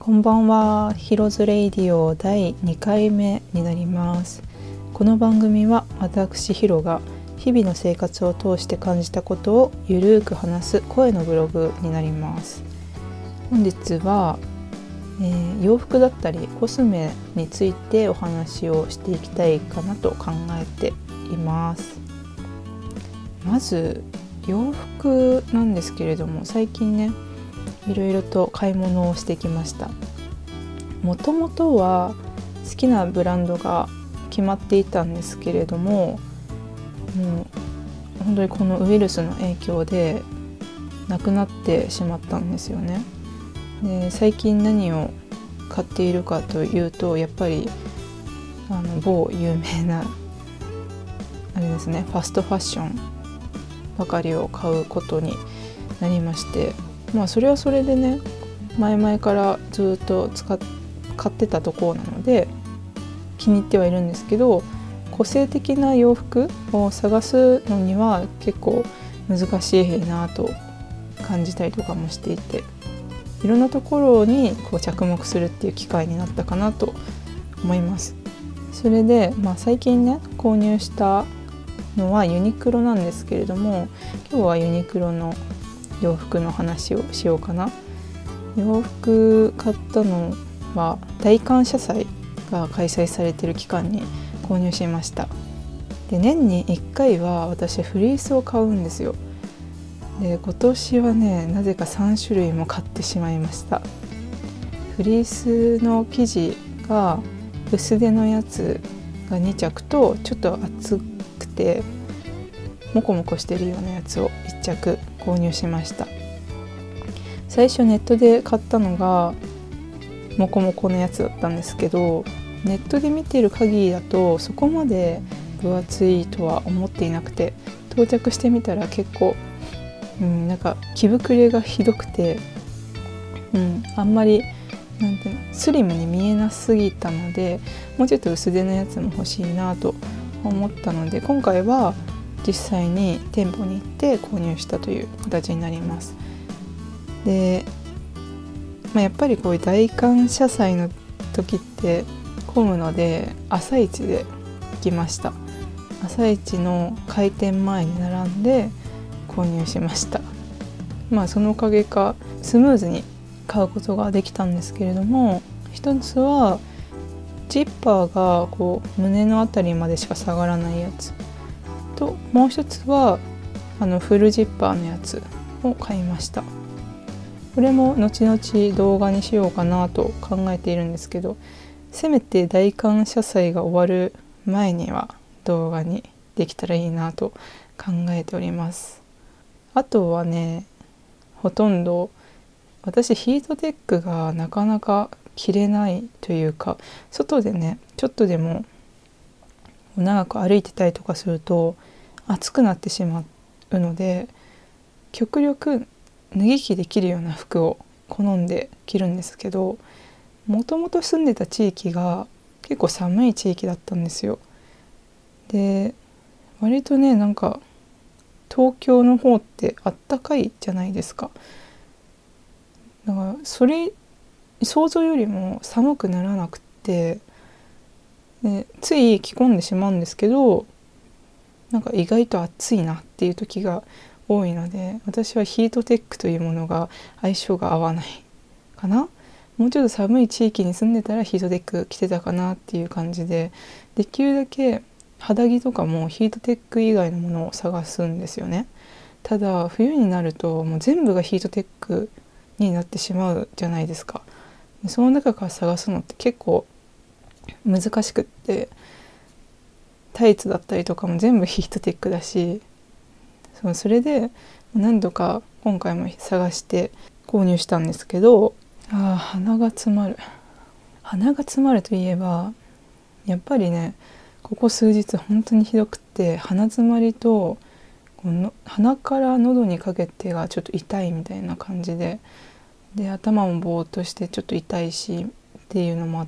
こんばんは。ヒロズレイディオ第2回目になります。この番組は私ヒロが日々の生活を通して感じたことをゆるーく話す声のブログになります。本日は、洋服だったりコスメについてお話をしていきたいかなと考えています。まず洋服なんですけれども、最近ねいろいろと買い物をしてきました。もともとは好きなブランドが決まっていたんですけれども、もう本当にこのウイルスの影響でなくなってしまったんですよね。で、最近何を買っているかというと、やっぱり某有名なあれですね、ファストファッションばかりを買うことになりまして、それはそれでね、前々からずっと買ってたところなので気に入ってはいるんですけど、個性的な洋服を探すのには結構難しいなと感じたりとかもしていて、いろんなところに着目するっていう機会になったかなと思います。それで、最近ね購入したのはユニクロなんですけれども、今日はユニクロの洋服の話をしようかな。洋服買ったのは大感謝祭が開催されている期間に購入しました。で、年に1回は私フリースを買うんですよ。で、今年はねなぜか3種類も買ってしまいました。フリースの生地が薄手のやつが2着と、ちょっと厚くてモコモコしてるようなやつを1着購入しました。最初ネットで買ったのがモコモコのやつだったんですけど、ネットで見ている限りだとそこまで分厚いとは思っていなくて、到着してみたら結構、なんか着膨れがひどくて、あんまりスリムに見えなすぎたので、もうちょっと薄手のやつも欲しいなと思ったので、今回は実際に店舗に行って購入したという形になります。で、やっぱりこういう大感謝祭の時って混むので、朝一で行きました。朝一の開店前に並んで購入しました。そのおかげかスムーズに買うことができたんですけれども、一つはジッパーが胸のあたりまでしか下がらないやつと、もう一つはフルジッパーのやつを買いました。これも後々動画にしようかなと考えているんですけど、せめて大感謝祭が終わる前には動画にできたらいいなと考えております。あとはね、ほとんど私ヒートテックがなかなか着れないというか、外でねちょっとでも長く歩いてたりとかすると暑くなってしまうので、極力脱ぎ着できるような服を好んで着るんですけど、もともと住んでた地域が結構寒い地域だったんですよ。で、割とね東京の方ってあったかいじゃないですか。だからそれ想像よりも寒くならなくて、でつい着込んでしまうんですけど、意外と暑いなっていう時が多いので、私はヒートテックというものが相性が合わないかな。もうちょっと寒い地域に住んでたらヒートテック着てたかなっていう感じで、できるだけ肌着とかもヒートテック以外のものを探すんですよね。ただ冬になるともう全部がヒートテックになってしまうじゃないですか。その中から探すのって結構難しくって、タイツだったりとかも全部ヒートテックだし、それで何度か今回も探して購入したんですけど、鼻が詰まるといえば、やっぱりねここ数日本当にひどくて、鼻詰まりと鼻から喉にかけてがちょっと痛いみたいな感じで、頭もぼーっとしてちょっと痛いしっていうのもあって、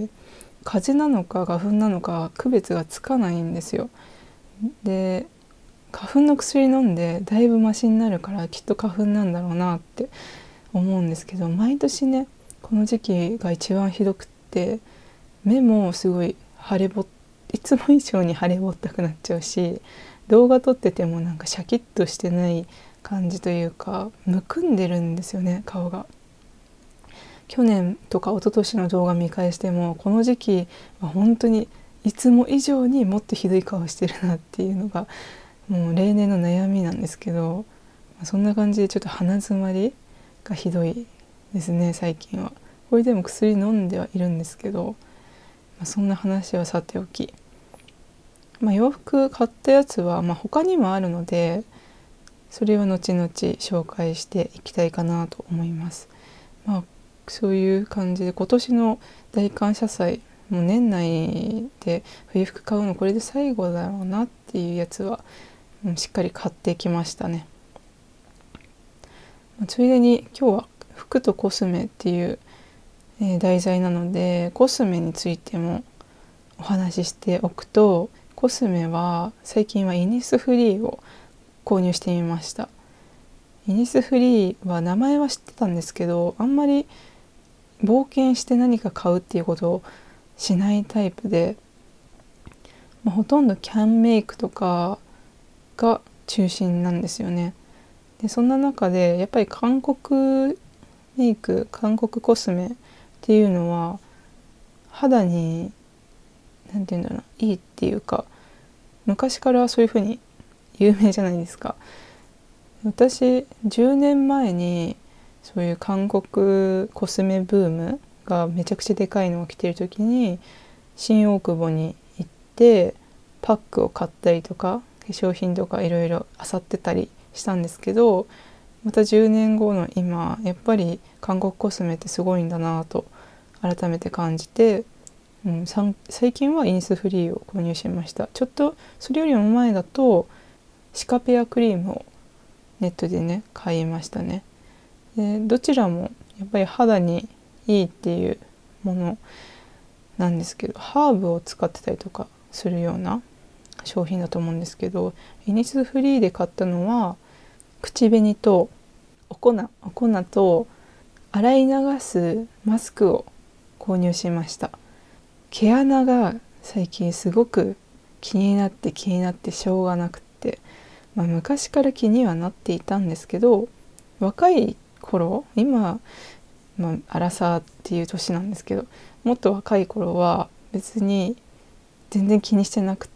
風邪なのか花粉なのか区別がつかないんですよ。で、花粉の薬飲んでだいぶマシになるから、きっと花粉なんだろうなって思うんですけど、毎年ねこの時期が一番ひどくって、目もすごいいつも以上に腫れぼったくなっちゃうし、動画撮っててもなんかシャキッとしてない感じというか、むくんでるんですよね、顔が。去年とか一昨年の動画見返しても、この時期は本当にいつも以上にもっとひどい顔してるなっていうのがもう例年の悩みなんですけど、そんな感じでちょっと鼻づまりがひどいですね、最近は。これでも薬飲んではいるんですけど、そんな話はさておき、洋服買ったやつは他にもあるので、それは後々紹介していきたいかなと思います。そういう感じで、今年の大感謝祭もう年内で冬服買うのこれで最後だろうなっていうやつはしっかり買ってきましたね。ついでに今日は服とコスメっていう、題材なので、コスメについてもお話ししておくと、コスメは最近はイニスフリーを購入してみました。イニスフリーは名前は知ってたんですけど、あんまり冒険して何か買うっていうことをしないタイプで、ほとんどキャンメイクとかが中心なんですよね。でそんな中でやっぱり韓国メイク、韓国コスメっていうのは肌になんていうんだろうな、いいっていうか、昔からそういう風に有名じゃないですか。私10年前にそういう韓国コスメブームがめちゃくちゃでかいのが来てる時に、新大久保に行ってパックを買ったりとか化粧品とかいろいろ漁ってたりしたんですけど、また10年後の今やっぱり韓国コスメってすごいんだなと改めて感じて、最近はインスフリーを購入しました。ちょっとそれよりも前だとシカペアクリームをネットでね買いましたね。でどちらもやっぱり肌にいいっていうものなんですけど、ハーブを使ってたりとかするような商品だと思うんですけど、イニスフリーで買ったのは口紅とお粉と洗い流すマスクを購入しました。毛穴が最近すごく気になってしょうがなくって、昔から気にはなっていたんですけど、若い頃、今、アラサーっていう年なんですけど、もっと若い頃は別に全然気にしてなくって、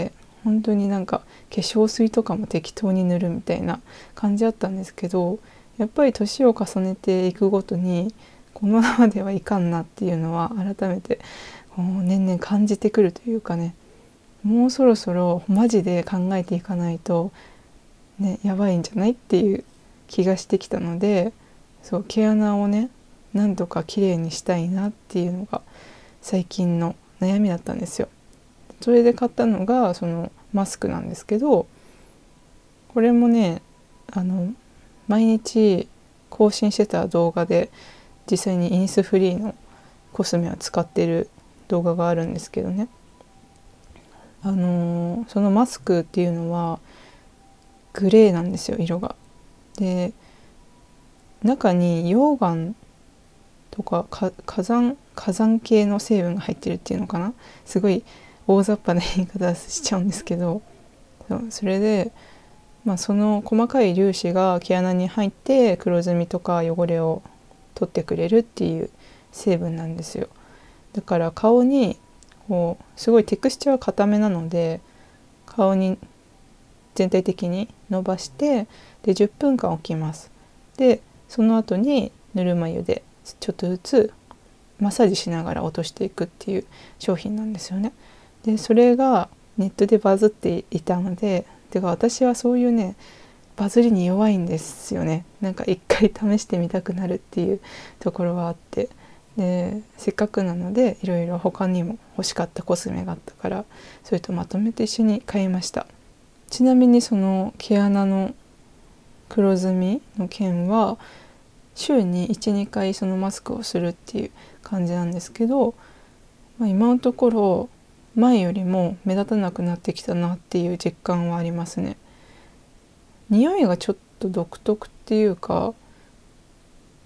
本当になんか化粧水とかも適当に塗るみたいな感じだったんですけど、やっぱり年を重ねていくごとにこのままではいかんなっていうのは改めて年々感じてくるというかね、もうそろそろマジで考えていかないとね、やばいんじゃないっていう気がしてきたので、そう毛穴をねなんとか綺麗にしたいなっていうのが最近の悩みだったんですよ。それで買ったのがそのマスクなんですけど、これもね毎日更新してた動画で実際にイニスフリーのコスメを使っている動画があるんですけどね、そのマスクっていうのはグレーなんですよ、色が。で中に溶岩とか火山系の成分が入ってるっていうのかな、すごい大雑把な言い方しちゃうんですけど、それで、その細かい粒子が毛穴に入って黒ずみとか汚れを取ってくれるっていう成分なんですよ。だから顔にこうすごいテクスチャーは固めなので、顔に全体的に伸ばしてで10分間置きます。でその後にぬるま湯でちょっとずつマッサージしながら落としていくっていう商品なんですよね。でそれがネットでバズっていたので、てか私はそういうねバズりに弱いんですよね。なんか一回試してみたくなるっていうところはあって、でせっかくなのでいろいろ他にも欲しかったコスメがあったから、それとまとめて一緒に買いました。ちなみにその毛穴の黒ずみの件は週に 1,2 回そのマスクをするっていう感じなんですけど、今のところ前よりも目立たなくなってきたなっていう実感はありますね。匂いがちょっと独特っていうか、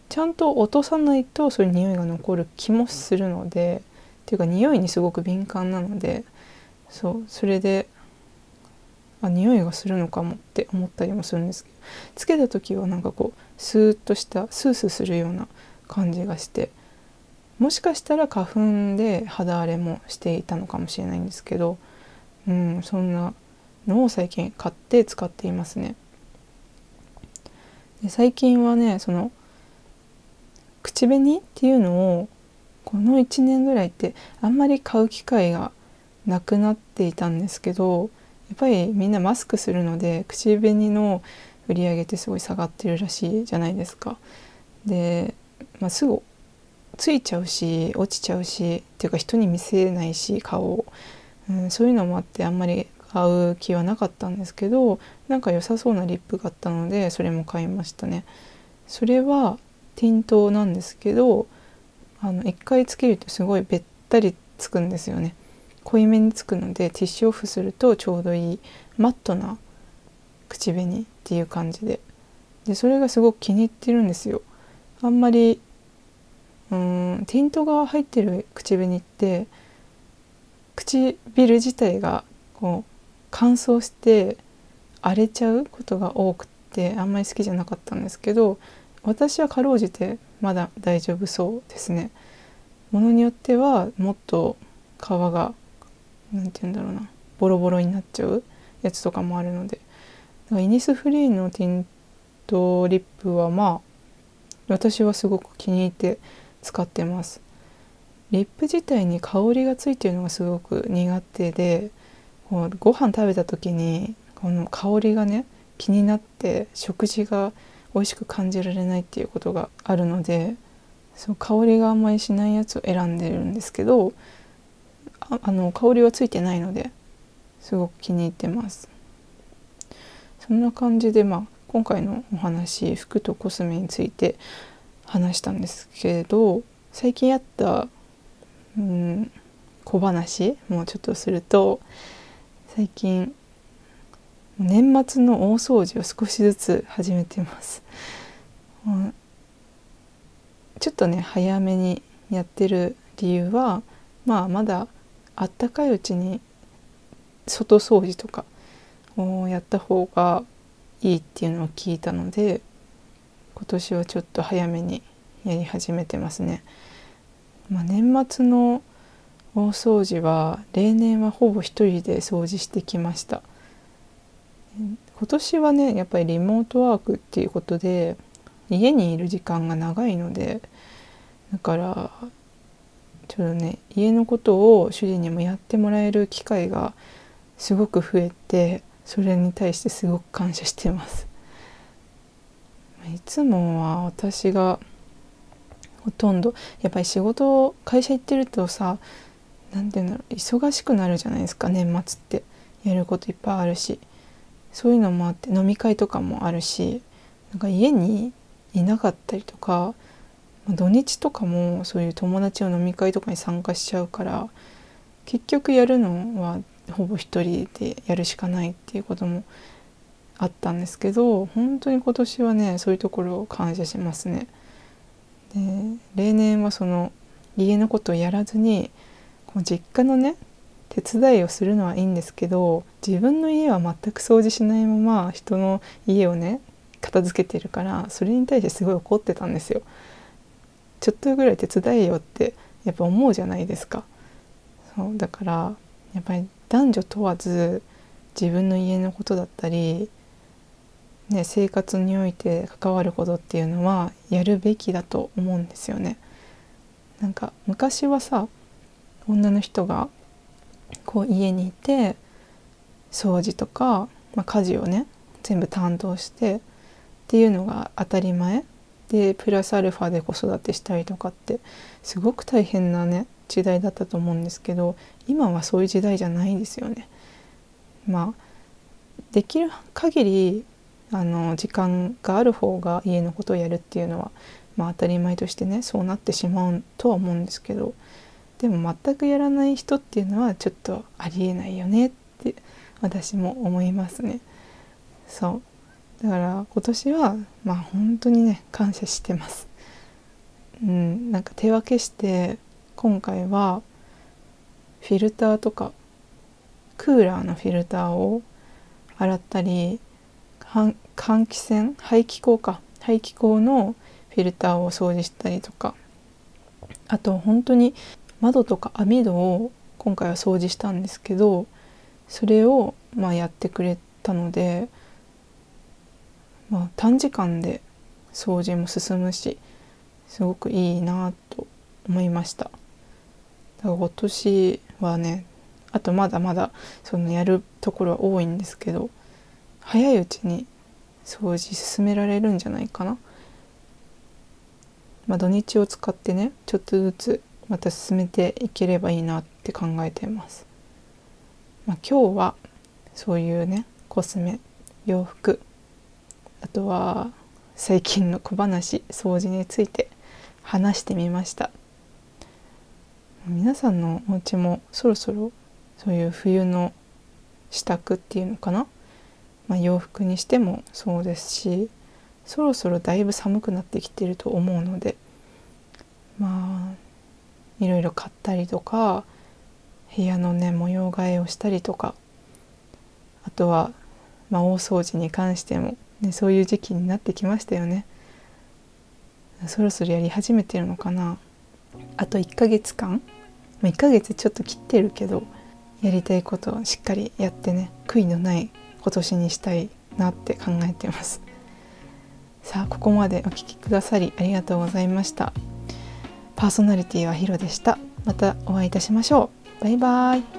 ちゃんと落とさないとそういう匂いが残る気もするので、っていうか匂いにすごく敏感なので、それで匂いがするのかもって思ったりもするんですけど、つけた時はなんかこうスーッとしたスースーするような感じがして、もしかしたら花粉で肌荒れもしていたのかもしれないんですけど、そんなのを最近買って使っていますね。で最近はね、その口紅っていうのをこの1年ぐらいってあんまり買う機会がなくなっていたんですけど、やっぱりみんなマスクするので口紅の売り上げってすごい下がってるらしいじゃないですか。で、すぐついちゃうし落ちちゃうしっていうか人に見せないし顔を、そういうのもあってあんまり買う気はなかったんですけど、なんか良さそうなリップがあったのでそれも買いましたね。それはティントなんですけど、一回つけるとすごいべったりつくんですよね。濃いめにつくのでティッシュオフするとちょうどいいマットな口紅っていう感じで、それがすごく気に入ってるんですよ。あんまりティントが入ってる口紅って唇自体がこう乾燥して荒れちゃうことが多くってあんまり好きじゃなかったんですけど、私はかろうじてまだ大丈夫そうですね。ものによってはもっと皮がなんて言うんだろうな、ボロボロになっちゃうやつとかもあるので、だからイニスフリーのティントリップは私はすごく気に入って使ってます。リップ自体に香りがついてるのがすごく苦手で、ご飯食べた時にこの香りがね気になって食事が美味しく感じられないっていうことがあるので、そう香りがあんまりしないやつを選んでるんですけど、香りはついてないのですごく気に入ってます。そんな感じで今回のお話、服とコスメについて話したんですけど、最近あった小話もちょっとすると、最近年末の大掃除を少しずつ始めてます。ちょっとね早めにやってる理由は、まだあったかいうちに外掃除とかをやった方がいいっていうのを聞いたので、今年はちょっと早めにやり始めてますね。年末の大掃除は例年はほぼ一人で掃除してきました。今年はねやっぱりリモートワークっていうことで家にいる時間が長いので、だからちょっとね家のことを主人にもやってもらえる機会がすごく増えて、それに対してすごく感謝してます。いつもは私がほとんどやっぱり会社行ってるとさ、なんていうんだろう、忙しくなるじゃないですか。年末ってやることいっぱいあるし、そういうのもあって飲み会とかもあるし、なんか家にいなかったりとか、土日とかもそういう友達の飲み会とかに参加しちゃうから、結局やるのはほぼ一人でやるしかないっていうこともあったんですけど、本当に今年はねそういうところを感謝しますね。で例年はその家のことをやらずに実家のね手伝いをするのはいいんですけど、自分の家は全く掃除しないまま人の家をね片付けてるから、それに対してすごい怒ってたんですよ。ちょっとぐらい手伝えよってやっぱ思うじゃないですか。そうだからやっぱり男女問わず自分の家のことだったり、生活において関わることっていうのはやるべきだと思うんですよね。なんか昔はさ、女の人が家にいて掃除とか、家事をね全部担当してっていうのが当たり前で、プラスアルファで子育てしたりとかってすごく大変なね時代だったと思うんですけど、今はそういう時代じゃないですよね。できる限り時間がある方が家のことをやるっていうのは、当たり前としてねそうなってしまうとは思うんですけど、でも全くやらない人っていうのはちょっとありえないよねって私も思いますね。そうだから今年は本当にね感謝してます。 なんか手分けして、今回はフィルターとかクーラーのフィルターを洗ったり、換気扇、排気口のフィルターを掃除したりとか、あと本当に窓とか網戸を今回は掃除したんですけど、それをやってくれたので、短時間で掃除も進むし、すごくいいなと思いました。だから今年はね、あとまだまだやるところは多いんですけど、早いうちに掃除進められるんじゃないかな。土日を使ってね、ちょっとずつまた進めていければいいなって考えています。今日はそういうね、コスメ、洋服、あとは最近の小話、掃除について話してみました。皆さんのお家もそろそろそういう冬の支度っていうのかな、洋服にしてもそうですし、そろそろだいぶ寒くなってきてると思うので、いろいろ買ったりとか、部屋のね模様替えをしたりとか、あとは大掃除に関しても、そういう時期になってきましたよね。そろそろやり始めてるのかな。あと1ヶ月間、1ヶ月ちょっと切ってるけど、やりたいことをしっかりやってね、悔いのない今年にしたいなって考えてます。さあ、ここまでお聞きくださりありがとうございました。パーソナリティはヒロでした。またお会いいたしましょう。バイバイ。